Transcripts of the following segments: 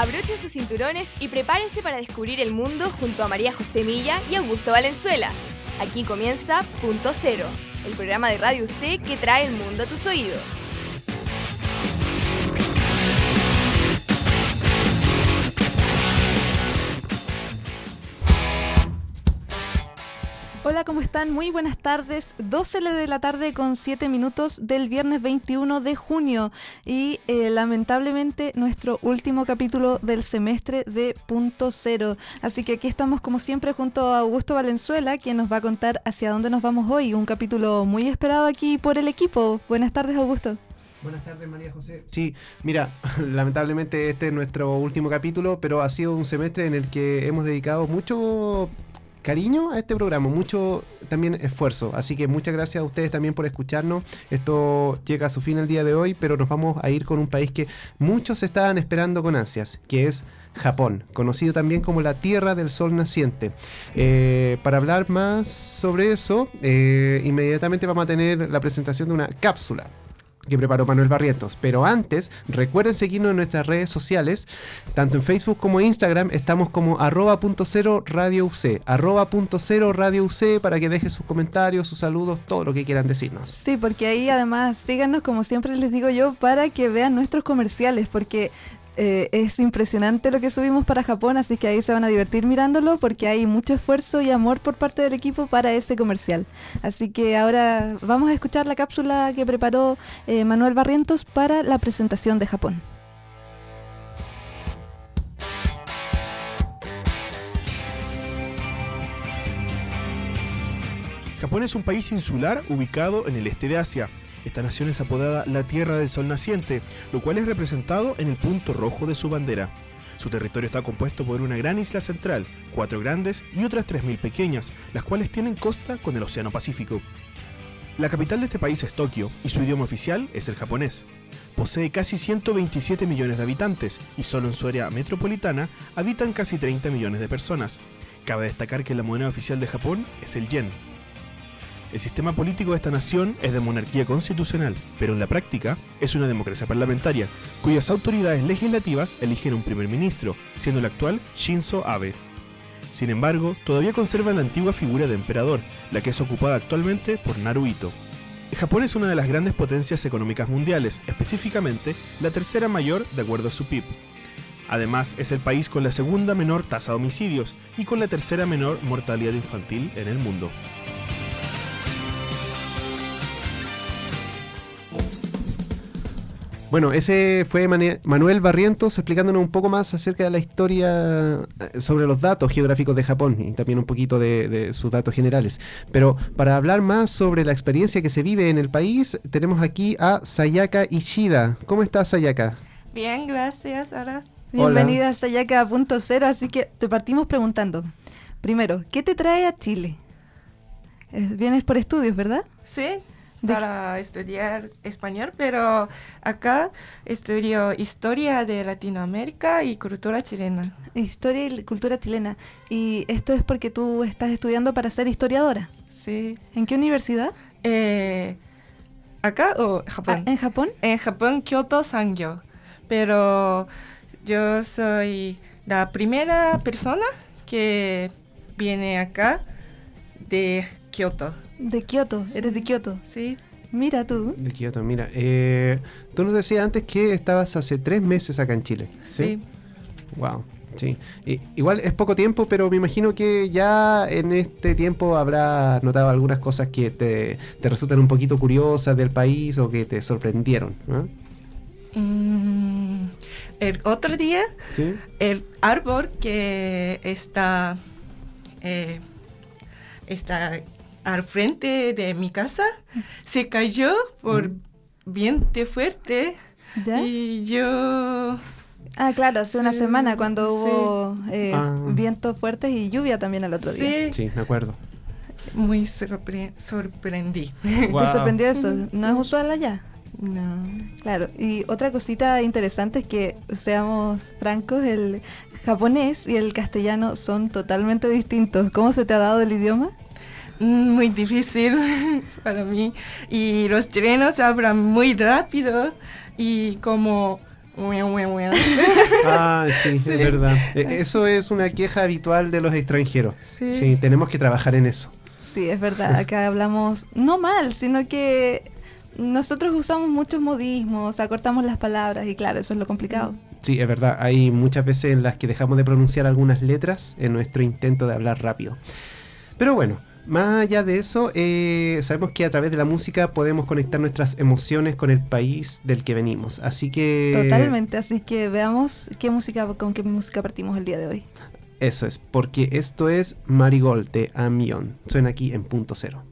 Abrochen sus cinturones y prepárense para descubrir el mundo junto a María José Milla y Augusto Valenzuela. Aquí comienza Punto Cero, el programa de Radio UC que trae el mundo a tus oídos. Hola, ¿cómo están? Muy buenas tardes. 12 de la tarde con 7 minutos del viernes 21 de junio y lamentablemente nuestro último capítulo del semestre de Punto Cero. Así que aquí estamos como siempre junto a Augusto Valenzuela, quien nos va a contar hacia dónde nos vamos hoy. Un capítulo muy esperado aquí por el equipo. Buenas tardes, Augusto. Buenas tardes, María José. Sí, mira, lamentablemente este es nuestro último capítulo, pero ha sido un semestre en el que hemos dedicado mucho cariño a este programa, mucho también esfuerzo, así que muchas gracias a ustedes también por escucharnos. Esto llega a su fin el día de hoy, pero nos vamos a ir con un país que muchos estaban esperando con ansias, que es Japón, conocido también como la Tierra del Sol Naciente. Para hablar más sobre eso, inmediatamente vamos a tener la presentación de una cápsula que preparó Manuel Barrientos. Pero antes, recuerden seguirnos en nuestras redes sociales, tanto en Facebook como en Instagram. Estamos como @.0RadioUC, @.0RadioUC, para que dejen sus comentarios, sus saludos, todo lo que quieran decirnos. Sí, porque ahí además síganos, como siempre les digo yo, para que vean nuestros comerciales, porque es impresionante lo que subimos para Japón, así que ahí se van a divertir mirándolo porque hay mucho esfuerzo y amor por parte del equipo para ese comercial. Así que ahora vamos a escuchar la cápsula que preparó Manuel Barrientos para la presentación de Japón. Japón es un país insular ubicado en el este de Asia. Esta nación es apodada la Tierra del Sol Naciente, lo cual es representado en el punto rojo de su bandera. Su territorio está compuesto por una gran isla central, 4 grandes y otras 3.000 pequeñas, las cuales tienen costa con el Océano Pacífico. La capital de este país es Tokio y su idioma oficial es el japonés. Posee casi 127 millones de habitantes y solo en su área metropolitana habitan casi 30 millones de personas. Cabe destacar que la moneda oficial de Japón es el yen. El sistema político de esta nación es de monarquía constitucional, pero en la práctica es una democracia parlamentaria, cuyas autoridades legislativas eligen un primer ministro, siendo el actual Shinzo Abe. Sin embargo, todavía conserva la antigua figura de emperador, la que es ocupada actualmente por Naruhito. Japón es una de las grandes potencias económicas mundiales, específicamente la tercera mayor de acuerdo a su PIB. Además, es el país con la segunda menor tasa de homicidios y con la tercera menor mortalidad infantil en el mundo. Bueno, ese fue Manuel Barrientos explicándonos un poco más acerca de la historia, sobre los datos geográficos de Japón y también un poquito de sus datos generales. Pero para hablar más sobre la experiencia que se vive en el país, tenemos aquí a Sayaka Ishida. ¿Cómo estás, Sayaka? Bien, gracias, Ara. Bienvenida a Sayaka a Punto Cero, así que te partimos preguntando. Primero, ¿qué te trae a Chile? Vienes por estudios, ¿verdad? Sí, para estudiar español, pero acá estudio historia de Latinoamérica y cultura chilena. Historia y cultura chilena. ¿Y esto es porque tú estás estudiando para ser historiadora? Sí. ¿En qué universidad? ¿Acá o Japón? ¿En Japón? En Japón, Kyoto Sangyo. Pero yo soy la primera persona que viene acá de Kyoto. De Kioto, Sí. Eres de Kioto. Sí. Mira tú. De Kioto, mira. Tú nos decías antes que estabas hace 3 meses acá en Chile. Sí. Wow, sí. Igual es poco tiempo, pero me imagino que ya en este tiempo habrás notado algunas cosas que te resultan un poquito curiosas del país o que te sorprendieron, ¿no? El otro día, ¿Sí? el árbol que está al frente de mi casa se cayó por viento fuerte. ¿Ya? Y yo... Ah, claro, hace una semana cuando hubo vientos fuertes y lluvia también al otro día. Sí, me acuerdo. Muy sorprendí. Wow. ¿Te sorprendió eso? ¿No es usual allá? No. Claro, y otra cosita interesante es que, seamos francos, el japonés y el castellano son totalmente distintos. ¿Cómo se te ha dado el idioma? Muy difícil para mí. Y los chilenos hablan muy rápido y como Ah, sí, es verdad. Eso es una queja habitual de los extranjeros. Sí. Sí, tenemos que trabajar en eso. Sí, es verdad. Acá hablamos no mal, sino que nosotros usamos muchos modismos, acortamos las palabras y claro, eso es lo complicado. Sí, es verdad. Hay muchas veces en las que dejamos de pronunciar algunas letras en nuestro intento de hablar rápido. Pero bueno, más allá de eso, sabemos que a través de la música podemos conectar nuestras emociones con el país del que venimos. Así que... Totalmente, así que veamos con qué música partimos el día de hoy. Eso es, porque esto es Marigold de Amion. Suena aquí en Punto Cero.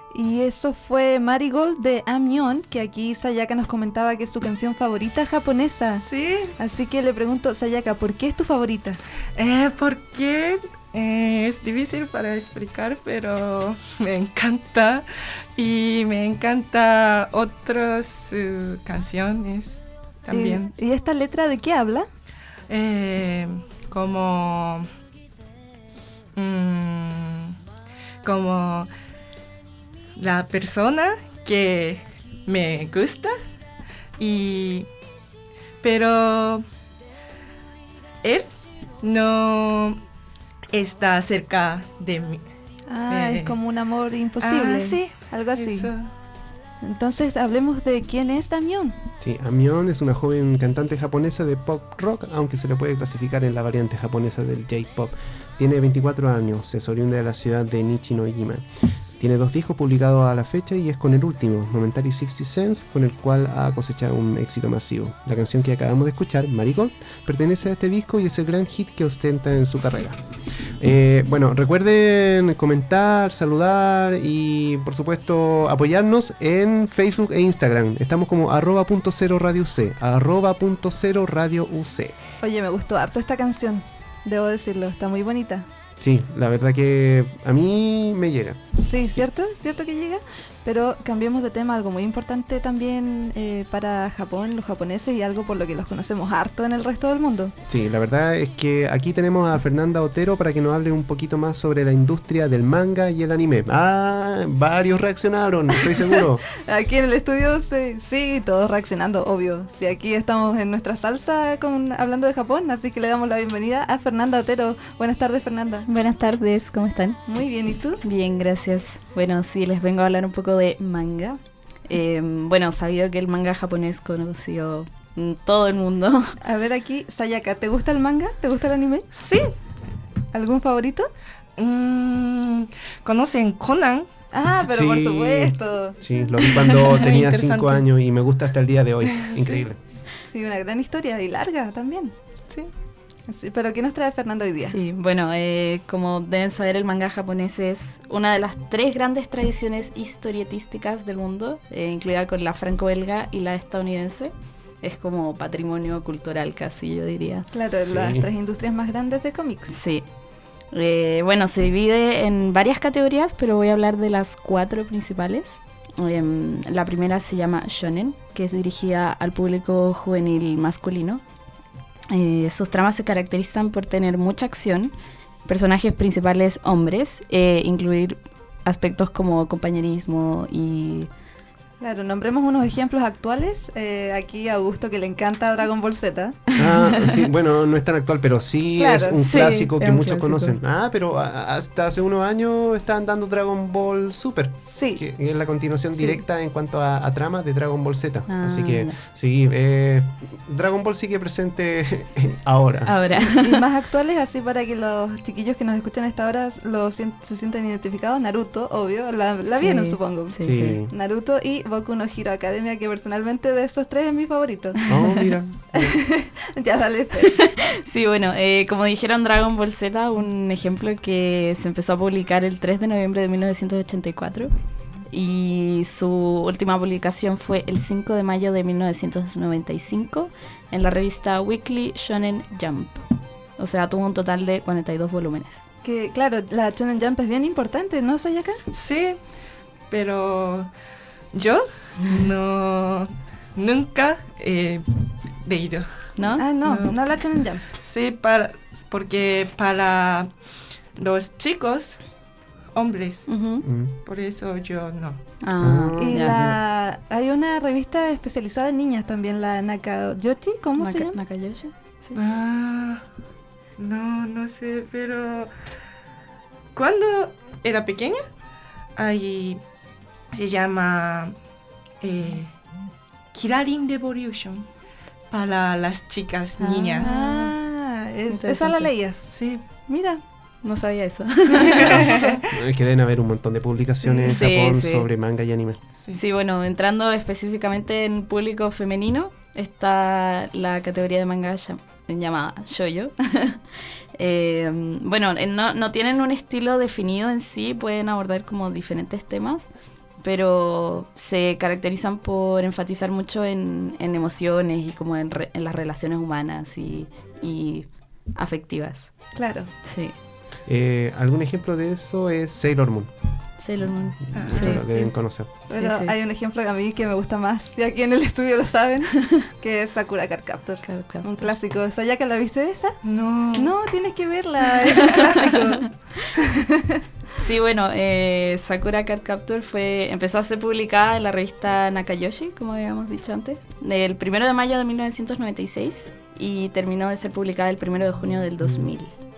Y eso fue Marigold de Amyeon, que aquí Sayaka nos comentaba que es su canción favorita japonesa. Sí. Así que le pregunto, Sayaka, ¿por qué es tu favorita? Porque es difícil para explicar, pero me encanta. Y me encanta otras canciones también. ¿Y esta letra de qué habla? Como la persona que me gusta, pero él no está cerca de mí. Es como un amor imposible. Sí, algo así. Eso. Entonces hablemos de quién es Amyeon. Sí, Amyeon es una joven cantante japonesa de pop rock, aunque se le puede clasificar en la variante japonesa del J-pop. Tiene 24 años, es oriunda de la ciudad de Nishi-no-jima. Tiene 2 discos publicados a la fecha y es con el último, Momentary 60 Cents, con el cual ha cosechado un éxito masivo. La canción que acabamos de escuchar, Marigold, pertenece a este disco y es el gran hit que ostenta en su carrera. Bueno, recuerden comentar, saludar y por supuesto apoyarnos en Facebook e Instagram. Estamos como @.0radiouc, @.0radiouc. Oye, me gustó harto esta canción, debo decirlo, está muy bonita. Sí, la verdad que a mí me llega. Sí, ¿cierto? ¿Cierto que llega? Pero cambiemos de tema, algo muy importante también para Japón, los japoneses, y algo por lo que los conocemos harto en el resto del mundo. Sí, la verdad es que aquí tenemos a Fernanda Otero para que nos hable un poquito más sobre la industria del manga y el anime. Varios reaccionaron, estoy seguro. Aquí en el estudio, sí, todos reaccionando, obvio. Sí, aquí estamos en nuestra salsa hablando de Japón, así que le damos la bienvenida a Fernanda Otero. Buenas tardes, Fernanda. Buenas tardes, ¿cómo están? Muy bien, ¿y tú? Bien, gracias. Bueno, sí, les vengo a hablar un poco de manga. Bueno, sabido que el manga japonés conoció todo el mundo. A ver aquí, Sayaka, ¿te gusta el manga? ¿Te gusta el anime? Sí. ¿Algún favorito? ¿Conocen Conan? Pero Sí, por supuesto. Sí, lo vi cuando tenía Interesante. 5 años y me gusta hasta el día de hoy. Increíble. Sí, una gran historia y larga también. Sí. Sí, pero ¿qué nos trae Fernando hoy día? Sí, bueno, como deben saber, el manga japonés es una de las 3 grandes tradiciones historietísticas del mundo, incluida con la franco-belga y la estadounidense. Es como patrimonio cultural casi, yo diría. Claro, Sí. las 3 industrias más grandes de cómics. Sí. Bueno, se divide en varias categorías, pero voy a hablar de las 4 principales. La primera se llama Shonen, que es dirigida al público juvenil masculino. Sus tramas se caracterizan por tener mucha acción, personajes principales hombres, incluir aspectos como compañerismo y... Claro, nombremos unos ejemplos actuales. Aquí a Augusto, que le encanta Dragon Ball Z. Sí, bueno, no es tan actual, pero sí Claro, es un sí, clásico es que un muchos clásico. conocen. Pero hasta hace unos años estaban dando Dragon Ball Super, Sí. que es la continuación Sí. directa en cuanto a tramas de Dragon Ball Z. Ah, Así que ya. sí, Dragon Ball sigue presente ahora. Ahora, Y más actuales, así para que los chiquillos que nos escuchan a esta hora se sientan identificados. Naruto, obvio, la Sí, vieron, supongo. sí. Sí. Naruto y Boku no Hero Academia, que personalmente de esos 3 es mi favorito. Oh, mira. Ya, dale, Fer. Sí, bueno, como dijeron, Dragon Ball Z, un ejemplo que se empezó a publicar el 3 de noviembre de 1984 y su última publicación fue el 5 de mayo de 1995 en la revista Weekly Shonen Jump. O sea, tuvo un total de 42 volúmenes. Que claro, la Shonen Jump es bien importante, ¿no, Sayaka? Sí, pero yo nunca he leído. ¿No? No la Shonen Jump. Sí, porque para los chicos, hombres, Ujú. Mm. por eso yo no. Ah, Y ya. hay una revista especializada en niñas también, la Nakayoshi, ¿cómo se llama? Nakayoshi. Sí. No sé, pero cuando era pequeña, ahí se llama Kirarin Revolution para las chicas niñas. Esa Interesante. la leías. Sí, Mira, No sabía eso. Es que deben haber un montón de publicaciones Sí, en Japón sí. sobre manga y anime. sí. Sí, bueno, entrando específicamente en público femenino, está la categoría de manga llamada shoujo. Bueno, no tienen un estilo definido en sí, pueden abordar como diferentes temas, pero se caracterizan por enfatizar mucho en emociones y como en las relaciones humanas y afectivas. Claro. Sí. Algún ejemplo de eso es Sailor Moon. Sailor Moon. Muchos lo deben conocer. Pero Sí. hay un ejemplo que a mí que me gusta más, y aquí en el estudio lo saben, que es Sakura Card Captor. Un clásico. ¿Sayaka la viste de esa? No. No, tienes que verla, es un clásico. Sí, bueno, Sakura Card Captor empezó a ser publicada en la revista Nakayoshi, como habíamos dicho antes, el 1 de mayo de 1996 y terminó de ser publicada el 1 de junio del 2000.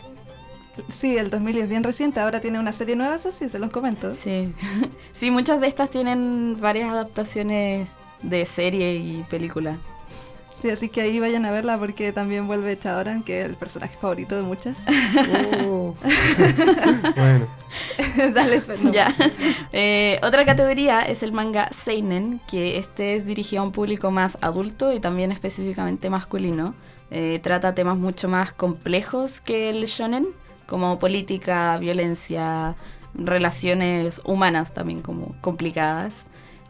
Sí, el 2000 es bien reciente, ahora tiene una serie nueva, eso sí, se los comento. Sí. Sí, muchas de estas tienen varias adaptaciones de serie y película. Sí, así que ahí vayan a verla porque también vuelve Chaoran, que es el personaje favorito de muchas. Oh. Bueno. Dale, Fernando. Ya. Otra categoría es el manga seinen, que este es dirigido a un público más adulto y también específicamente masculino. Trata temas mucho más complejos que el shonen, como política, violencia, relaciones humanas también como complicadas.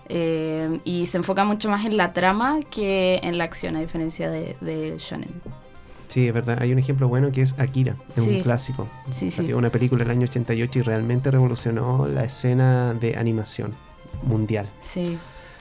Y se enfoca mucho más en la trama que en la acción, a diferencia de shonen. Sí, es verdad. Hay un ejemplo bueno que es Akira, es Sí. un clásico. Sí, sí. Salió una película en el año 88 y realmente revolucionó la escena de animación mundial. Sí.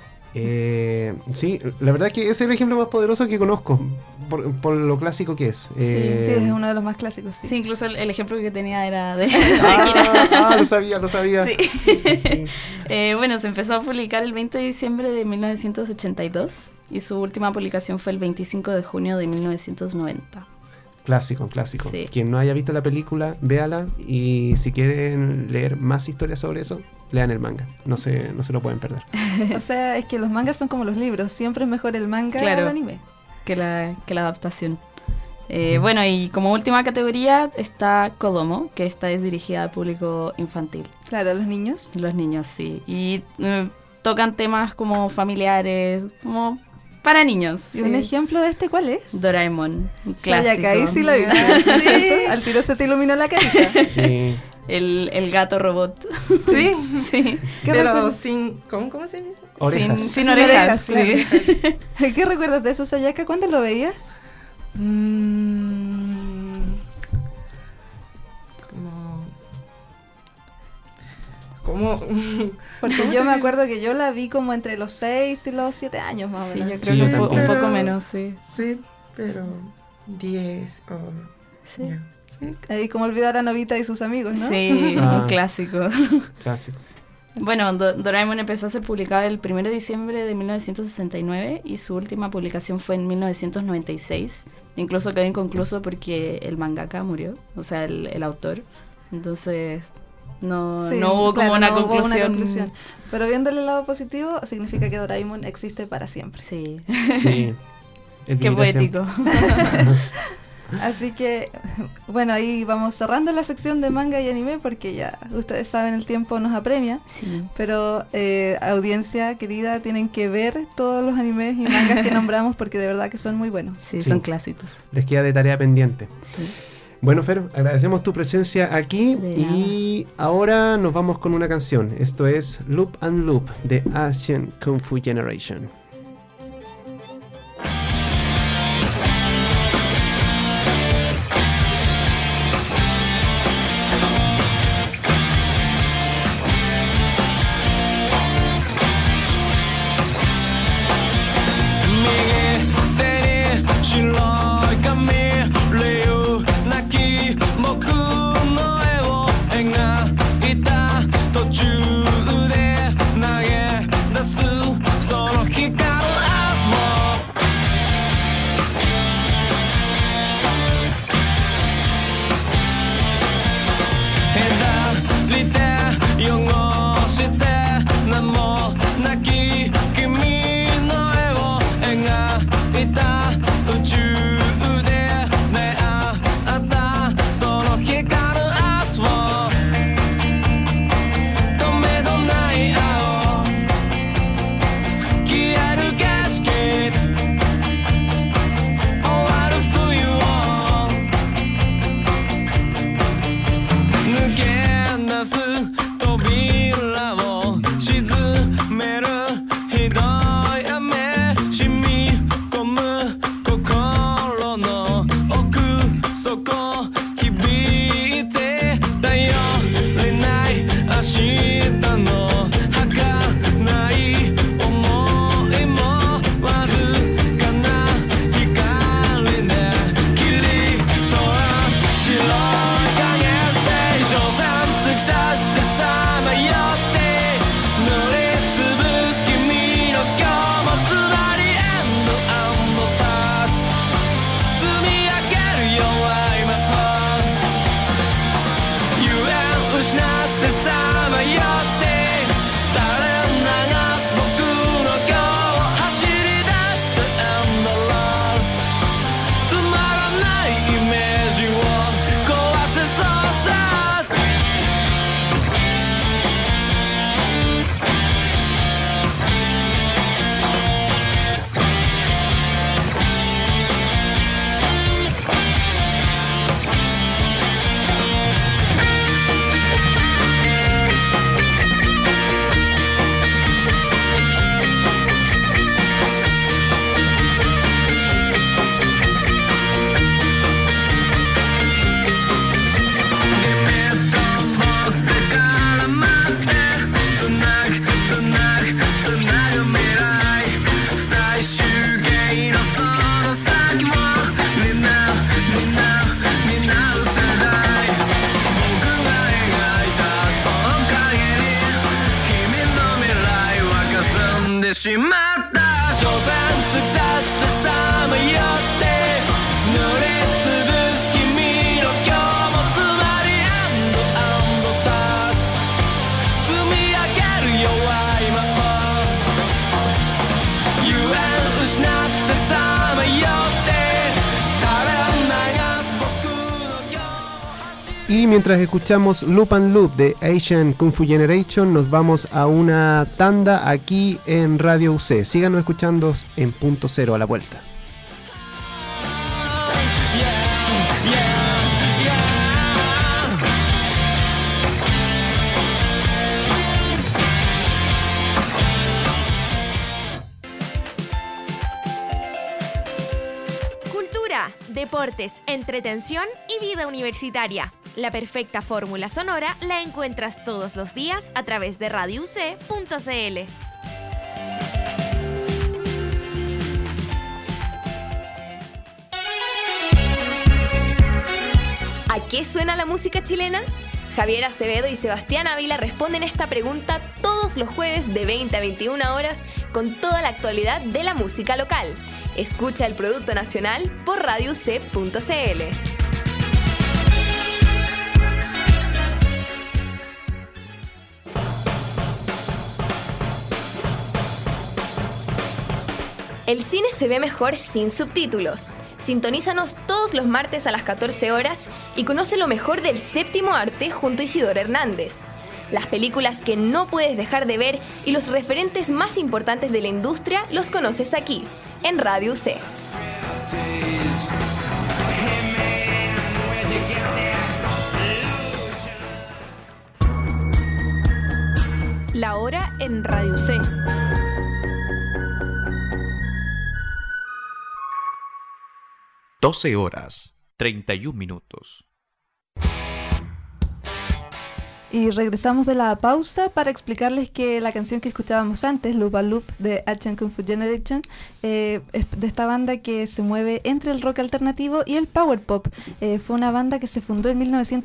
Sí, la verdad es que ese es el ejemplo más poderoso que conozco, por lo clásico que es. Sí, es uno de los más clásicos, sí. Sí, incluso el ejemplo que tenía era de Lo sabía. Sí. Sí. Bueno, se empezó a publicar el 20 de diciembre de 1982 y su última publicación fue el 25 de junio de 1990. Clásico. Sí. Quien no haya visto la película, véala, y si quieren leer más historias sobre eso, lean el manga. No se lo pueden perder. O sea, es que los mangas son como los libros, siempre es mejor el manga Claro. que el anime. Que la adaptación. Bueno, y como última categoría está Kodomo, que esta es dirigida al público infantil. Claro, los niños. Los niños, sí. Y tocan temas como familiares, como para niños. ¿Y sí. un ejemplo de este cuál es? Doraemon, un clásico. Sayaka, ahí sí lo vi. ¿Cierto? Al tiro se te iluminó la carita. Sí. El gato robot. Sí. Sí. ¿Qué Pero recuerdas? sin... ¿Cómo se dice? Orejas. Sin orejas, orejas, sí. ¿Qué recuerdas de eso, Sayaka? ¿Cuándo lo veías? Como... Porque yo me acuerdo que yo la vi como entre los 6 y los 7 años más o Sí, menos. yo Sí, creo yo que un también. poco menos, sí. Sí, pero 10 o... Sí, ya. Sí. Ahí como olvidar a Novita y sus amigos, ¿no? sí, Ah. un clásico. Clásico. Bueno, Doraemon empezó a ser publicado el 1 de diciembre de 1969 y su última publicación fue en 1996. Incluso quedó inconcluso porque el mangaka murió, o sea, el autor. Entonces, no, Sí, no hubo claro, como una no hubo conclusión. Pero viéndole el lado positivo, significa que Doraemon existe para siempre. Sí, Sí. Él qué vivirá siempre. poético. Así que, bueno, ahí vamos cerrando la sección de manga y anime porque ya ustedes saben el tiempo nos apremia. Sí. Pero audiencia querida, tienen que ver todos los animes y mangas que nombramos porque de verdad que son muy buenos. Sí, Sí. son clásicos. Les queda de tarea pendiente. Sí. Bueno, Fer, agradecemos tu presencia aquí De y ahora nos vamos con una canción. Esto es Loop and Loop de Asian Kung Fu Generation. しまった所詮突き刺してさまよって乗り潰す君の今日もつまりアンドスター積み上げる弱い魔法ゆえん失ってさまよって垂れ流す僕の今日 Y mientras escuchamos Loop and Loop de Asian Kung Fu Generation, nos vamos a una tanda aquí en Radio UC. Síganos escuchando en Punto Cero a la vuelta. Cultura, deportes, entretención y vida universitaria. La perfecta fórmula sonora la encuentras todos los días a través de radiouc.cl. ¿A qué suena la música chilena? Javier Acevedo y Sebastián Ávila responden esta pregunta todos los jueves de 20 a 21 horas con toda la actualidad de la música local. Escucha el producto nacional por radiouc.cl. El cine se ve mejor sin subtítulos. Sintonízanos todos los martes a las 14 horas y conoce lo mejor del séptimo arte junto a Isidoro Hernández. Las películas que no puedes dejar de ver y los referentes más importantes de la industria los conoces aquí, en Radio UC. La hora en Radio UC. (12:31). Y regresamos de la pausa para explicarles que la canción que escuchábamos antes, Loop a Loop de Asian Kung Fu Generation, es de esta banda que se mueve entre el rock alternativo y el power pop. Fue una banda que se fundó en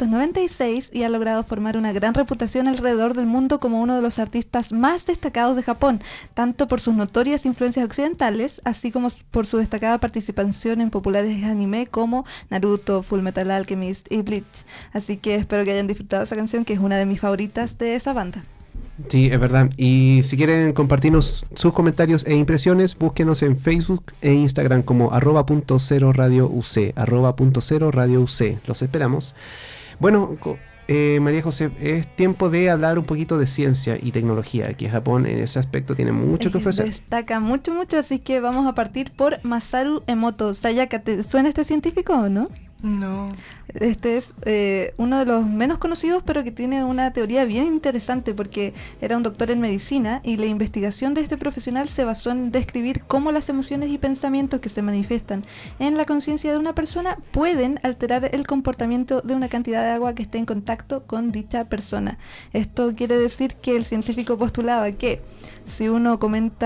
1996 y ha logrado formar una gran reputación alrededor del mundo como uno de los artistas más destacados de Japón, tanto por sus notorias influencias occidentales, así como por su destacada participación en populares anime como Naruto, Fullmetal Alchemist y Bleach. Así que espero que hayan disfrutado esa canción, que es una de mis favoritas de esa banda. Sí, es verdad. Y si quieren compartirnos sus comentarios e impresiones, búsquenos en Facebook e Instagram como @.0radiouc, @.0radiouc. Los esperamos. Bueno, María José, es tiempo de hablar un poquito de ciencia y tecnología, que Japón en ese aspecto tiene mucho que ofrecer. Destaca mucho, así que vamos a partir por Masaru Emoto. Sayaka, ¿te suena este científico o no? No. Este es uno de los menos conocidos, pero que tiene una teoría bien interesante, porque era un doctor en medicina y la investigación de este profesional se basó en describir cómo las emociones y pensamientos que se manifiestan en la conciencia de una persona pueden alterar el comportamiento de una cantidad de agua que esté en contacto con dicha persona. Esto quiere decir que el científico postulaba que si uno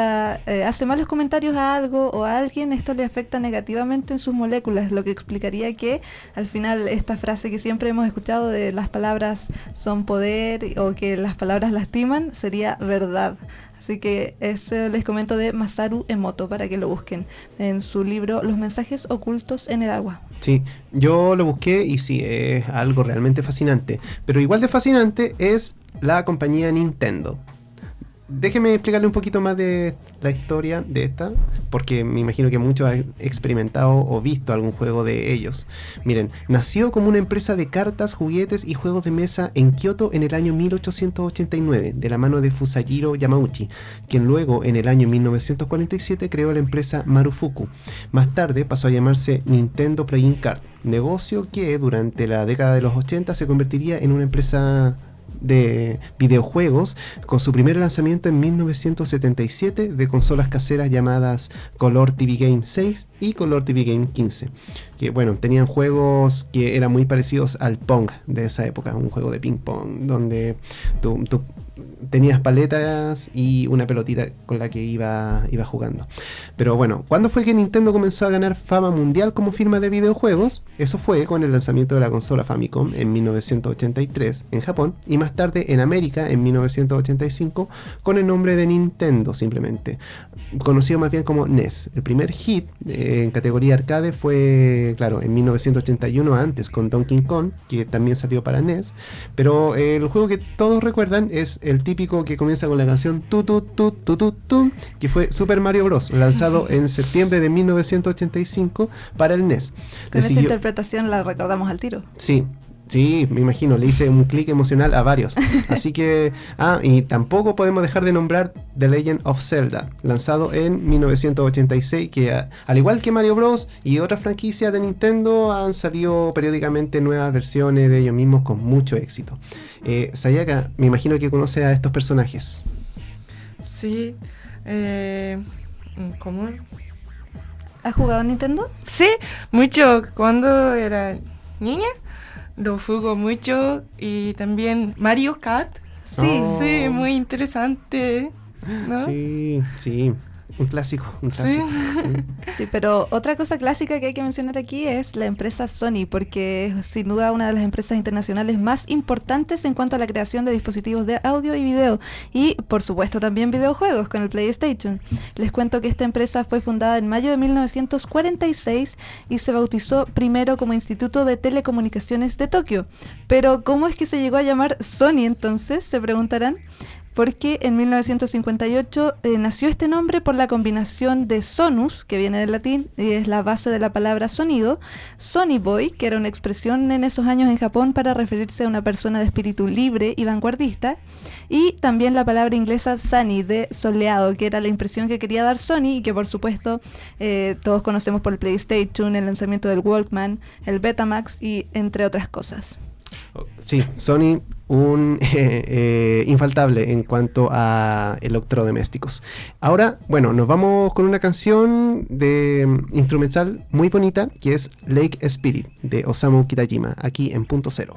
hace malos comentarios a algo o a alguien, esto le afecta negativamente en sus moléculas, lo que explicaría que al final esta frase que siempre hemos escuchado de las palabras son poder o que las palabras lastiman sería verdad. Así que eso les comento de Masaru Emoto para que lo busquen en su libro Los mensajes ocultos en el agua. Sí, yo lo busqué y sí, es algo realmente fascinante. Pero igual de fascinante es la compañía Nintendo. Déjeme explicarle un poquito más de la historia de esta, porque me imagino que muchos han experimentado o visto algún juego de ellos. Miren, nació como una empresa de cartas, juguetes y juegos de mesa en Kioto en el año 1889, de la mano de Fusajiro Yamauchi, quien luego en el año 1947 creó la empresa Marufuku. Más tarde pasó a llamarse Nintendo Playing Card, negocio que durante la década de los 80 se convertiría en una empresa de videojuegos, con su primer lanzamiento en 1977 de consolas caseras llamadas Color TV Game 6 y Color TV Game 15, que bueno, tenían juegos que eran muy parecidos al Pong de esa época, un juego de ping pong donde tú tenías paletas y una pelotita con la que iba jugando. Pero bueno, ¿cuándo fue que Nintendo comenzó a ganar fama mundial como firma de videojuegos? Eso fue con el lanzamiento de la consola Famicom en 1983 en Japón y más tarde en América en 1985 con el nombre de Nintendo simplemente, conocido más bien como NES. El primer hit en categoría arcade fue, claro, en 1981 antes con Donkey Kong, que también salió para NES, pero el juego que todos recuerdan es el típico que comienza con la canción tu tu tu tu tu tu, que fue Super Mario Bros, lanzado en septiembre de 1985 para el NES. Con esa interpretación la recordamos al tiro. Sí, me imagino, le hice un clic emocional a varios. Así que, y tampoco podemos dejar de nombrar The Legend of Zelda, lanzado en 1986, que al igual que Mario Bros. Y otras franquicias de Nintendo, han salido periódicamente nuevas versiones de ellos mismos con mucho éxito. Sayaka, me imagino que conoce a estos personajes. Sí, ¿cómo? ¿Has jugado a Nintendo? Sí, mucho. Cuando era niña, lo juego mucho. Y también Mario Kart. Sí, sí, muy interesante, ¿no? Sí, un clásico. Sí, pero otra cosa clásica que hay que mencionar aquí es la empresa Sony, porque es sin duda una de las empresas internacionales más importantes en cuanto a la creación de dispositivos de audio y video, y por supuesto también videojuegos con el PlayStation. Les cuento que esta empresa fue fundada en mayo de 1946 y se bautizó primero como Instituto de Telecomunicaciones de Tokio. Pero ¿cómo es que se llegó a llamar Sony entonces?, se preguntarán. Porque en 1958 nació este nombre por la combinación de sonus, que viene del latín y es la base de la palabra sonido, Sonny Boy, que era una expresión en esos años en Japón para referirse a una persona de espíritu libre y vanguardista, y también la palabra inglesa sunny, de soleado, que era la impresión que quería dar Sony y que por supuesto todos conocemos por el PlayStation, el lanzamiento del Walkman, el Betamax y entre otras cosas. Sí, Sony, infaltable en cuanto a electrodomésticos. Ahora, bueno, nos vamos con una canción de instrumental muy bonita, que es Lake Spirit, de Osamu Kitajima, aquí en Punto Cero.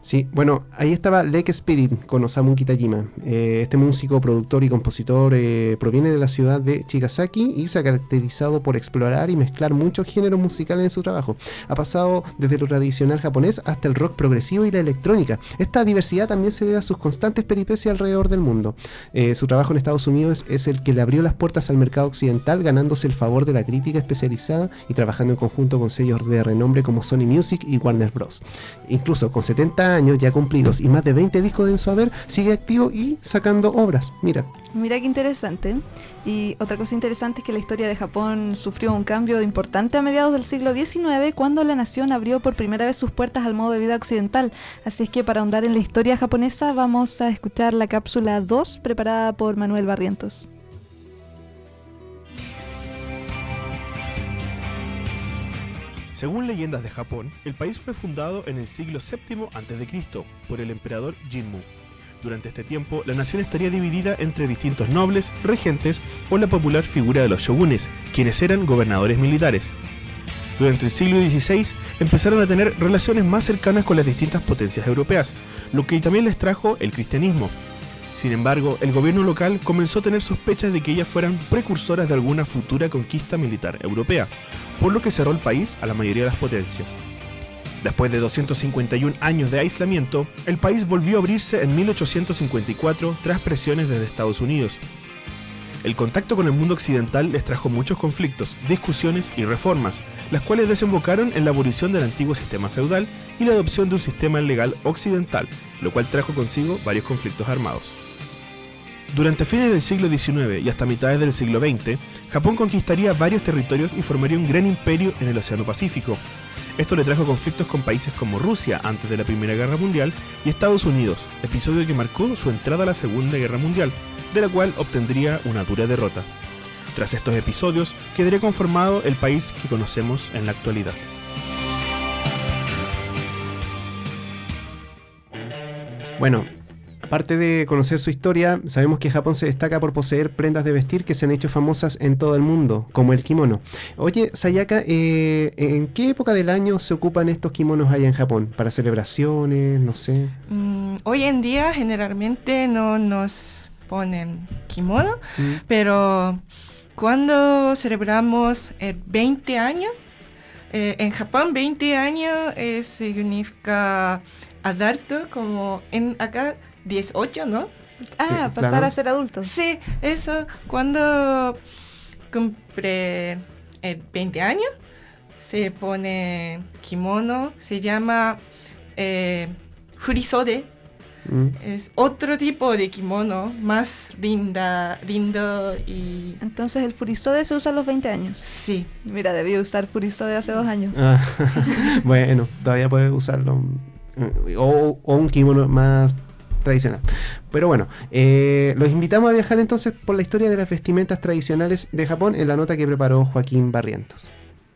Sí, bueno, ahí estaba Lake Spirit con Osamu Kitajima. Este músico, productor y compositor proviene de la ciudad de Chigasaki y se ha caracterizado por explorar y mezclar muchos géneros musicales en su trabajo. Ha pasado desde lo tradicional japonés hasta el rock progresivo y la electrónica. Esta diversidad también se debe a sus constantes peripecias alrededor del mundo. Su trabajo en Estados Unidos es el que le abrió las puertas al mercado occidental, ganándose el favor de la crítica especializada y trabajando en conjunto con sellos de renombre como Sony Music y Warner Bros. Incluso con 70 años ya cumplidos y más de 20 discos en su haber, sigue activo y sacando obras. Mira qué interesante. Y otra cosa interesante es que la historia de Japón sufrió un cambio importante a mediados del siglo XIX, cuando la nación abrió por primera vez sus puertas al modo de vida occidental. Así es que para ahondar en la historia japonesa vamos a escuchar la cápsula 2 preparada por Manuel Barrientos. Según leyendas de Japón, el país fue fundado en el siglo VII a.C. por el emperador Jinmu. Durante este tiempo, la nación estaría dividida entre distintos nobles, regentes o la popular figura de los shogunes, quienes eran gobernadores militares. Durante el siglo XVI empezaron a tener relaciones más cercanas con las distintas potencias europeas, lo que también les trajo el cristianismo. Sin embargo, el gobierno local comenzó a tener sospechas de que ellas fueran precursoras de alguna futura conquista militar europea, por lo que cerró el país a la mayoría de las potencias. Después de 251 años de aislamiento, el país volvió a abrirse en 1854 tras presiones desde Estados Unidos. El contacto con el mundo occidental les trajo muchos conflictos, discusiones y reformas, las cuales desembocaron en la abolición del antiguo sistema feudal y la adopción de un sistema legal occidental, lo cual trajo consigo varios conflictos armados. Durante fines del siglo XIX y hasta mitades del siglo XX, Japón conquistaría varios territorios y formaría un gran imperio en el Océano Pacífico. Esto le trajo conflictos con países como Rusia antes de la Primera Guerra Mundial y Estados Unidos, episodio que marcó su entrada a la Segunda Guerra Mundial, de la cual obtendría una dura derrota. Tras estos episodios, quedaría conformado el país que conocemos en la actualidad. Bueno, aparte de conocer su historia, sabemos que Japón se destaca por poseer prendas de vestir que se han hecho famosas en todo el mundo, como el kimono. Oye, Sayaka, ¿en qué época del año se ocupan estos kimonos allá en Japón? ¿Para celebraciones? No sé. Hoy en día generalmente no nos ponen kimono, pero cuando celebramos 20 años, en Japón 20 años significa adulto, como en acá 18, ¿no? Pasar claro. a ser adultos. Sí, eso, cuando cumple 20 años, se pone kimono, se llama furisode. Es otro tipo de kimono, más lindo y... Entonces el furisode se usa a los 20 años. Sí. Mira, debí usar furisode hace 2 años. Bueno, todavía puedes usarlo. O un kimono más tradicional. Pero bueno, los invitamos a viajar entonces por la historia de las vestimentas tradicionales de Japón en la nota que preparó Joaquín Barrientos.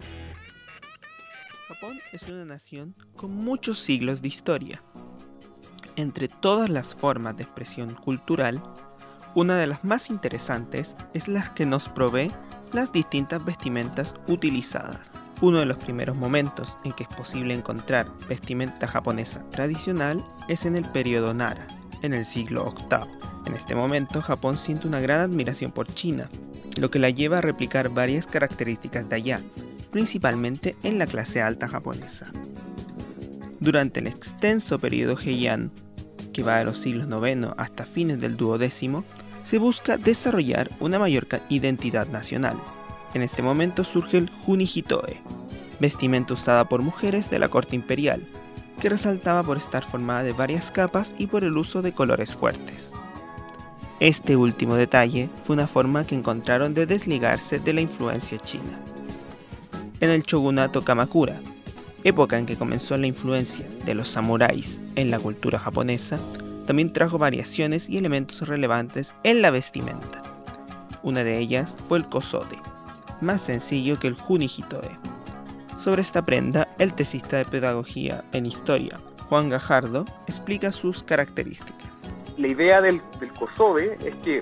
Japón es una nación con muchos siglos de historia. Entre todas las formas de expresión cultural, una de las más interesantes es la que nos provee las distintas vestimentas utilizadas. Uno de los primeros momentos en que es posible encontrar vestimenta japonesa tradicional es en el periodo Nara, en el siglo VIII. En este momento, Japón siente una gran admiración por China, lo que la lleva a replicar varias características de allá, principalmente en la clase alta japonesa. Durante el extenso periodo Heian, que va de los siglos IX hasta fines del XII, se busca desarrollar una mayor identidad nacional. En este momento surge el Junihitoe, vestimenta usada por mujeres de la corte imperial, que resaltaba por estar formada de varias capas y por el uso de colores fuertes. Este último detalle fue una forma que encontraron de desligarse de la influencia china. En el shogunato Kamakura, época en que comenzó la influencia de los samuráis en la cultura japonesa, también trajo variaciones y elementos relevantes en la vestimenta. Una de ellas fue el kosode, más sencillo que el Junihitoe. Sobre esta prenda, el tesista de pedagogía en historia, Juan Gajardo, explica sus características. La idea del kosode es que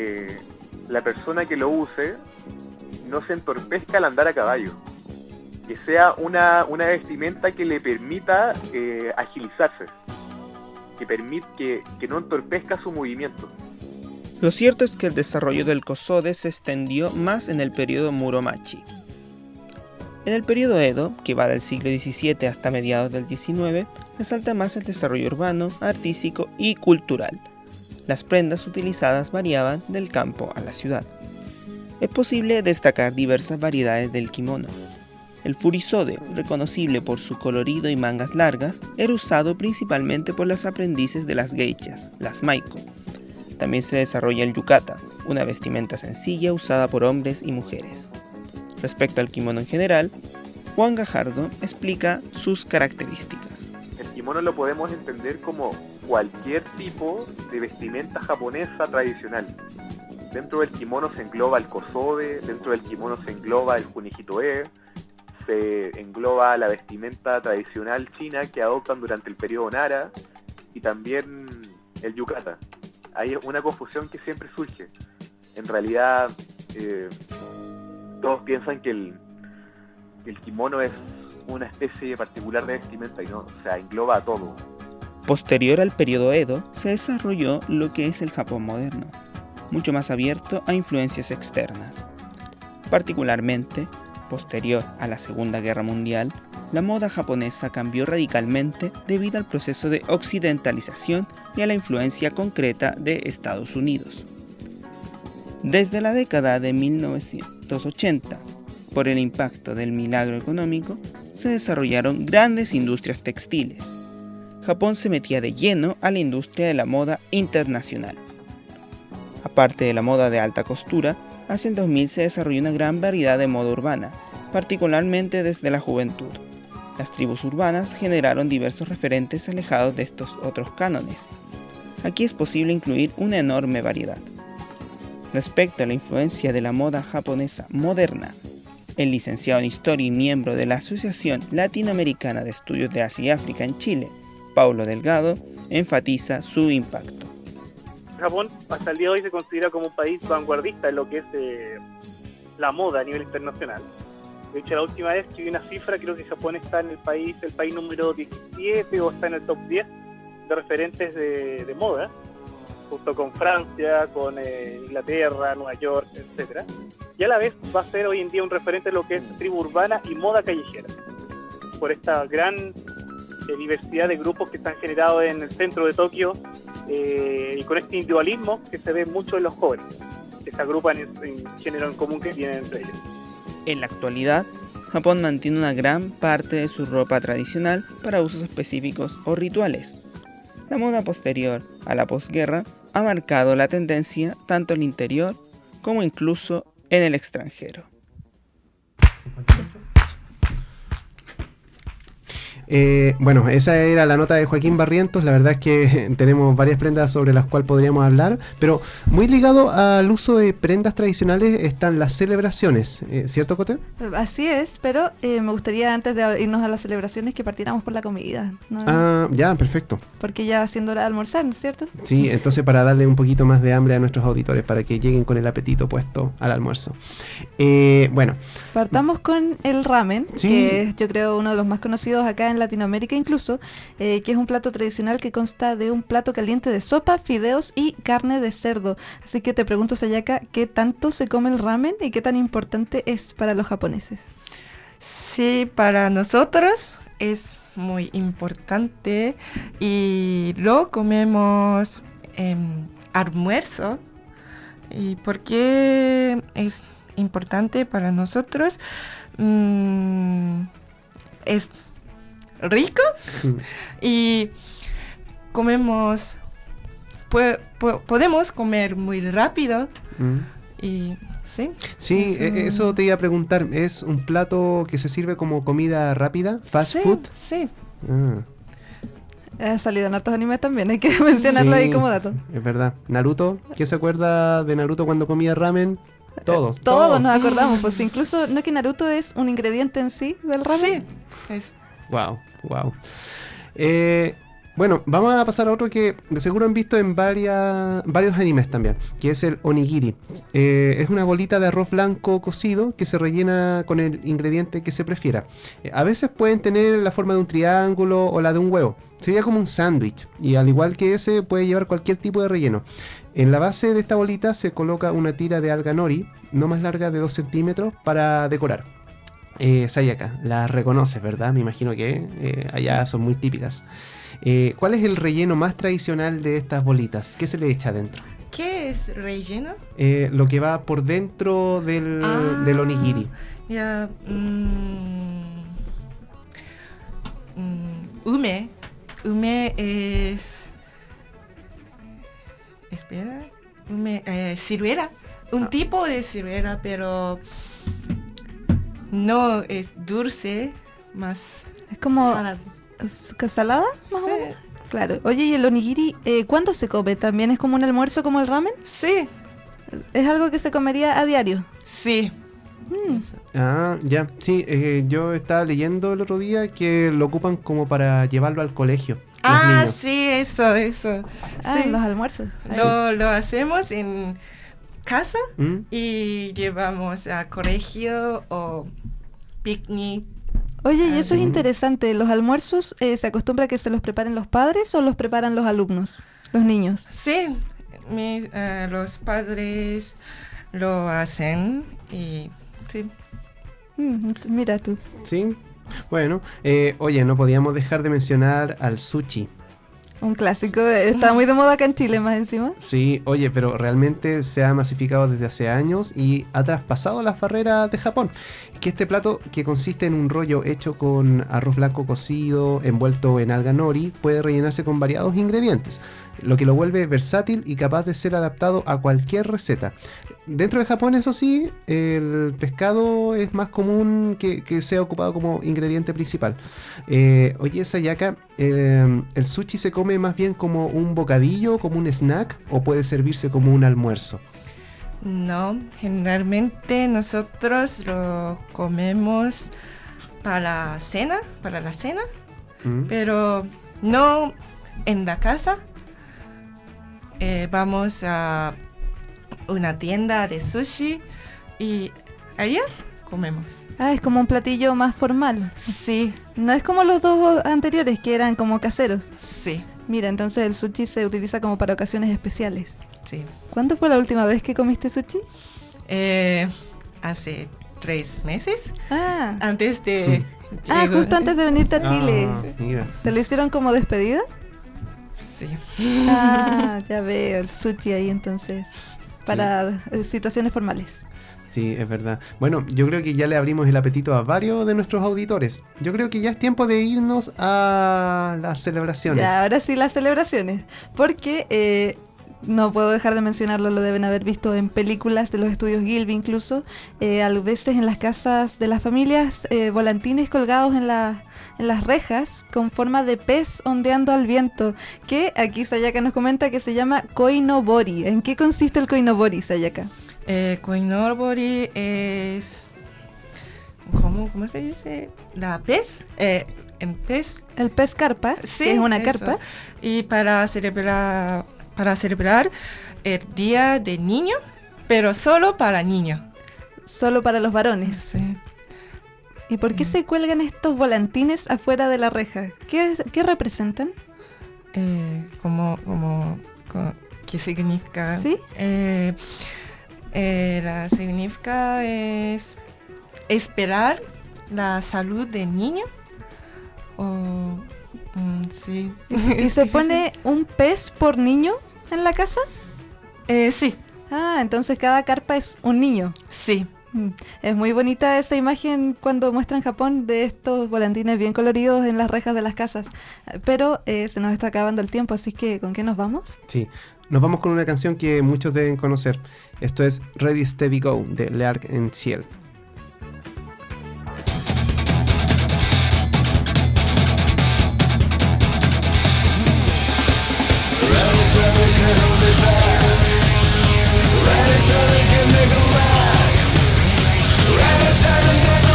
la persona que lo use no se entorpezca al andar a caballo. que sea una vestimenta que le permita agilizarse, que no entorpezca su movimiento. Lo cierto es que el desarrollo del kosode se extendió más en el periodo Muromachi. En el periodo Edo, que va del siglo XVII hasta mediados del XIX, resalta más el desarrollo urbano, artístico y cultural. Las prendas utilizadas variaban del campo a la ciudad. Es posible destacar diversas variedades del kimono. El furisode, reconocible por su colorido y mangas largas, era usado principalmente por las aprendices de las geishas, las maiko. También se desarrolla el yukata, una vestimenta sencilla usada por hombres y mujeres. Respecto al kimono en general, Juan Gajardo explica sus características. El kimono lo podemos entender como cualquier tipo de vestimenta japonesa tradicional. Dentro del kimono se engloba el kosode, dentro del kimono se engloba el junihito-e, se engloba la vestimenta tradicional china que adoptan durante el periodo Nara y también el yukata. Hay una confusión que siempre surge. En realidad, todos piensan que el kimono es una especie particular de vestimenta y no, o sea, engloba a todo. Posterior al periodo Edo, se desarrolló lo que es el Japón moderno, mucho más abierto a influencias externas. Particularmente, posterior a la Segunda Guerra Mundial, la moda japonesa cambió radicalmente debido al proceso de occidentalización y a la influencia concreta de Estados Unidos. Desde la década de 1980, por el impacto del milagro económico, se desarrollaron grandes industrias textiles. Japón se metía de lleno a la industria de la moda internacional. Aparte de la moda de alta costura, hacia el 2000 se desarrolló una gran variedad de moda urbana, particularmente desde la juventud. Las tribus urbanas generaron diversos referentes alejados de estos otros cánones. Aquí es posible incluir una enorme variedad. Respecto a la influencia de la moda japonesa moderna, el licenciado en Historia y miembro de la Asociación Latinoamericana de Estudios de Asia y África en Chile, Paulo Delgado, enfatiza su impacto. Japón hasta el día de hoy se considera como un país vanguardista en lo que es la moda a nivel internacional. De hecho, la última vez que vi una cifra, creo que Japón está en el país número 17 o está en el top 10 de referentes de moda, junto con Francia, con Inglaterra, Nueva York, etcétera. Y a la vez va a ser hoy en día un referente de lo que es tribu urbana y moda callejera, por esta gran diversidad de grupos que están generados en el centro de Tokio y con este individualismo que se ve mucho en los jóvenes, que se agrupan en género en común que tienen entre ellos. En la actualidad, Japón mantiene una gran parte de su ropa tradicional para usos específicos o rituales. La moda posterior a la posguerra ha marcado la tendencia tanto en el interior como incluso en el extranjero. Bueno, esa era la nota de Joaquín Barrientos. La verdad es que tenemos varias prendas sobre las cuales podríamos hablar, pero muy ligado al uso de prendas tradicionales están las celebraciones, ¿cierto, Cote? Así es, pero me gustaría antes de irnos a las celebraciones que partiéramos por la comida, ¿no? Ah, ya, perfecto. Porque ya va siendo hora de almorzar, ¿no es cierto? Sí, entonces para darle un poquito más de hambre a nuestros auditores, para que lleguen con el apetito puesto al almuerzo. Bueno. Partamos con el ramen, sí, que es, yo creo, uno de los más conocidos acá en Latinoamérica incluso, que es un plato tradicional que consta de un plato caliente de sopa, fideos y carne de cerdo. Así que te pregunto, Sayaka, ¿qué tanto se come el ramen y qué tan importante es para los japoneses? Sí, para nosotros es muy importante y lo comemos en almuerzo. ¿Y por qué es importante para nosotros? Es rico y comemos, podemos comer muy rápido y sí. Sí, eso te iba a preguntar, ¿es un plato que se sirve como comida rápida, fast food? Sí. Ha salido en hartos animes también, hay que mencionarlo ahí como dato. Es verdad. Naruto, ¿qué se acuerda de Naruto cuando comía ramen? Todos nos acordamos, pues incluso no es que Naruto es un ingrediente en sí del ramen. Sí, es. Wow. Bueno, vamos a pasar a otro que de seguro han visto en varios animes también, que es el onigiri. Es una bolita de arroz blanco cocido que se rellena con el ingrediente que se prefiera. A veces pueden tener la forma de un triángulo o la de un huevo. Sería como un sándwich, y al igual que ese puede llevar cualquier tipo de relleno. En la base de esta bolita se coloca una tira de alga nori, no más larga de 2 centímetros, para decorar. Sayaka, las reconoces, ¿verdad? Me imagino que allá son muy típicas. ¿Cuál es el relleno más tradicional de estas bolitas? ¿Qué se le echa adentro? ¿Qué es relleno? Lo que va por dentro del onigiri. Ya, ume. Ume es... Espera. Ume, ciruela. Un tipo de ciruela, pero no es dulce, más Es como... salado. ¿Salada? Más o menos. Claro. Oye, ¿y el onigiri cuándo se come? ¿También es como un almuerzo como el ramen? Sí. ¿Es algo que se comería a diario? Sí. Ah, ya. Sí, yo estaba leyendo el otro día que lo ocupan como para llevarlo al colegio. Los niños. Sí, eso. Ah, Sí. los almuerzos. Lo hacemos en casa y llevamos a colegio o picnic. Oye, y eso es interesante. ¿Los almuerzos se acostumbra a que se los preparen los padres o los preparan los alumnos, los niños? Sí, los padres lo hacen y sí. Mira tú. Sí. Bueno, oye, no podíamos dejar de mencionar al sushi. Un clásico. Está muy de moda acá en Chile, más encima. Sí, oye, pero realmente se ha masificado desde hace años y ha traspasado las barreras de Japón. Es que este plato, que consiste en un rollo hecho con arroz blanco cocido, envuelto en alga nori, puede rellenarse con variados ingredientes, lo que lo vuelve versátil y capaz de ser adaptado a cualquier receta. Dentro de Japón, eso sí, el pescado es más común que sea ocupado como ingrediente principal. Oye, Sayaka, ¿el sushi se come más bien como un bocadillo, como un snack, o puede servirse como un almuerzo? No, generalmente nosotros lo comemos para la cena, pero no en la casa. Vamos a una tienda de sushi y allá comemos. Ah, es como un platillo más formal. Sí. No es como los dos anteriores que eran como caseros. Sí. Mira, entonces el sushi se utiliza como para ocasiones especiales. Sí. ¿Cuándo fue la última vez que comiste sushi? Hace 3 meses. Ah. Antes de... Justo antes de venirte a Chile. Mira. ¿Te lo hicieron como despedida? Sí. Ah, ya veo, el sushi ahí entonces. Para situaciones formales. Sí, es verdad. Bueno, yo creo que ya le abrimos el apetito a varios de nuestros auditores. Yo creo que ya es tiempo de irnos a las celebraciones. Ya, ahora sí las celebraciones. Porque no puedo dejar de mencionarlo, lo deben haber visto en películas de los estudios Gilby incluso. A veces en las casas de las familias, volantines colgados en las rejas con forma de pez ondeando al viento, que aquí Sayaka nos comenta que se llama koinobori. ¿En qué consiste el koinobori, Sayaka? Koinobori es... ¿Cómo se dice? ¿La pez? En pez. El pez carpa, Sí, que es una eso. carpa. Y para celebrar el Día de Niño, pero solo para niños. Solo para los varones. Sí. ¿Y por qué se cuelgan estos volantines afuera de la reja? ¿Qué representan? ¿Qué significa? ¿Sí? La significa es esperar la salud del niño. Sí. ¿Y se pone un pez por niño en la casa? Sí. Ah, entonces cada carpa es un niño. Sí. Es muy bonita esa imagen cuando muestran Japón de estos volantines bien coloridos en las rejas de las casas. Pero se nos está acabando el tiempo, así que ¿con qué nos vamos? Sí, nos vamos con una canción que muchos deben conocer. Esto es Ready Steady Go de L'Arc en Ciel.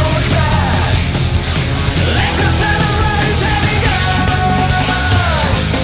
Let's go celebrate, steady go.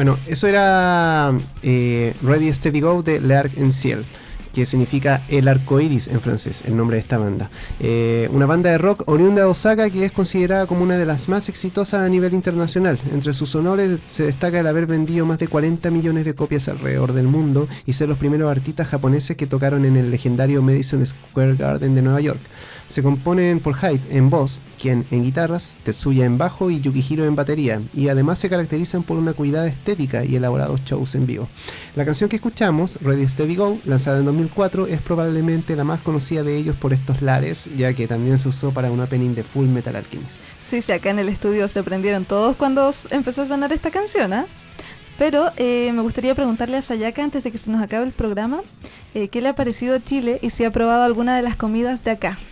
Bueno, eso era Ready Steady Go de L'Arc-en-Ciel, que significa el arco iris en francés, el nombre de esta banda. Una banda de rock oriunda de Osaka que es considerada como una de las más exitosas a nivel internacional. Entre sus honores se destaca el haber vendido más de 40 millones de copias alrededor del mundo y ser los primeros artistas japoneses que tocaron en el legendario Madison Square Garden de Nueva York. Se componen por Hyde en voz, Ken en guitarras, Tetsuya en bajo y Yukihiro en batería, y además se caracterizan por una cuidada estética y elaborados shows en vivo. La canción que escuchamos, Ready Steady Go, lanzada en 2004, es probablemente la más conocida de ellos por estos lares, ya que también se usó para un opening de Full Metal Alchemist. Sí, acá en el estudio se prendieron todos cuando empezó a sonar esta canción, ¿eh? Pero me gustaría preguntarle a Sayaka, antes de que se nos acabe el programa, ¿qué le ha parecido Chile y si ha probado alguna de las comidas de acá?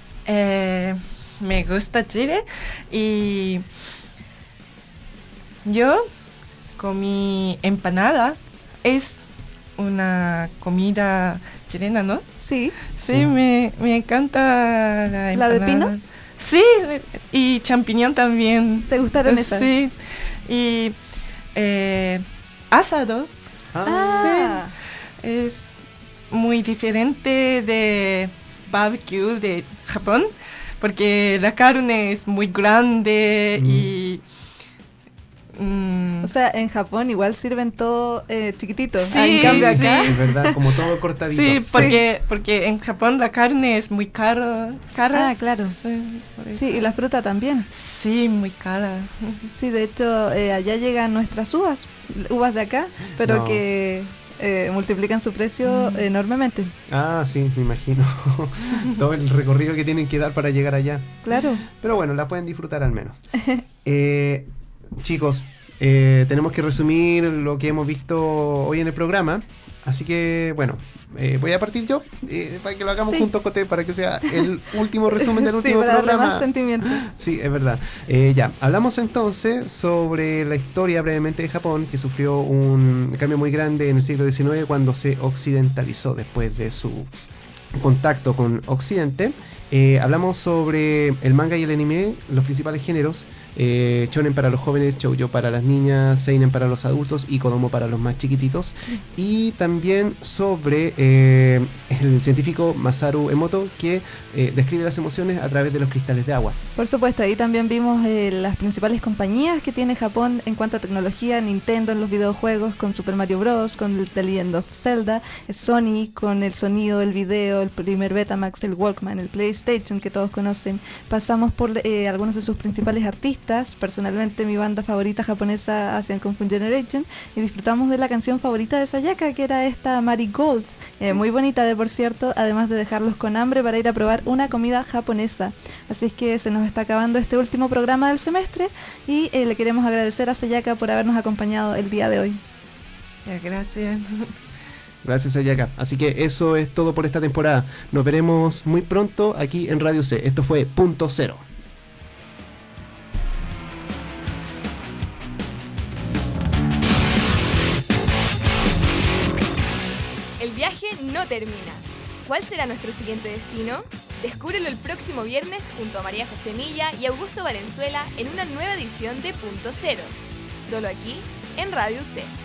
Me gusta Chile y yo comí empanada. Es una comida chilena, ¿no? Sí. Sí. Me encanta la empanada. ¿La de pino? Sí, y champiñón también. ¿Te gustaron esas? Sí. Y asado. Ah. Sí. Es muy diferente de barbecue de Japón, porque la carne es muy grande y... O sea, en Japón igual sirven todo chiquitito. Sí, en cambio acá... Es verdad, como todo cortadito. Sí, porque en Japón la carne es muy cara. Ah, claro. Sí, y la fruta también. Sí, muy cara. Sí, de hecho, allá llegan nuestras uvas de acá, pero que... multiplican su precio enormemente. Ah, sí, me imagino. Todo el recorrido que tienen que dar para llegar allá. Claro. Pero bueno, la pueden disfrutar al menos. Chicos, tenemos que resumir lo que hemos visto hoy en el programa. Así que, bueno, voy a partir yo para que lo hagamos juntos, Coté, para que sea el último resumen del último para programa. Darle más sentimiento. Sí, es verdad. Ya, hablamos entonces sobre la historia brevemente de Japón, que sufrió un cambio muy grande en el siglo XIX cuando se occidentalizó después de su contacto con Occidente. Hablamos sobre el manga y el anime, los principales géneros. Shonen para los jóvenes, shoujo para las niñas, seinen para los adultos y kodomo para los más chiquititos. Y también sobre el científico Masaru Emoto, que describe las emociones a través de los cristales de agua. Por supuesto, ahí también vimos las principales compañías que tiene Japón en cuanto a tecnología: Nintendo en los videojuegos con Super Mario Bros, con The Legend of Zelda, Sony con el sonido, el video, el primer Betamax, el Walkman, el PlayStation que todos conocen. Pasamos por algunos de sus principales artistas. Personalmente mi banda favorita japonesa, Asian Kung Fu Generation, y disfrutamos de la canción favorita de Sayaka, que era esta Marigold, muy bonita de por cierto, además de dejarlos con hambre para ir a probar una comida japonesa. Así es que se nos está acabando este último programa del semestre y le queremos agradecer a Sayaka por habernos acompañado el día de hoy. Gracias. Gracias, Sayaka. Así que eso es todo por esta temporada. Nos veremos muy pronto aquí en Radio C. Esto fue Punto Cero. El viaje no termina. ¿Cuál será nuestro siguiente destino? Descúbrelo el próximo viernes junto a María José Milla y Augusto Valenzuela en una nueva edición de Punto Cero. Solo aquí, en Radio C.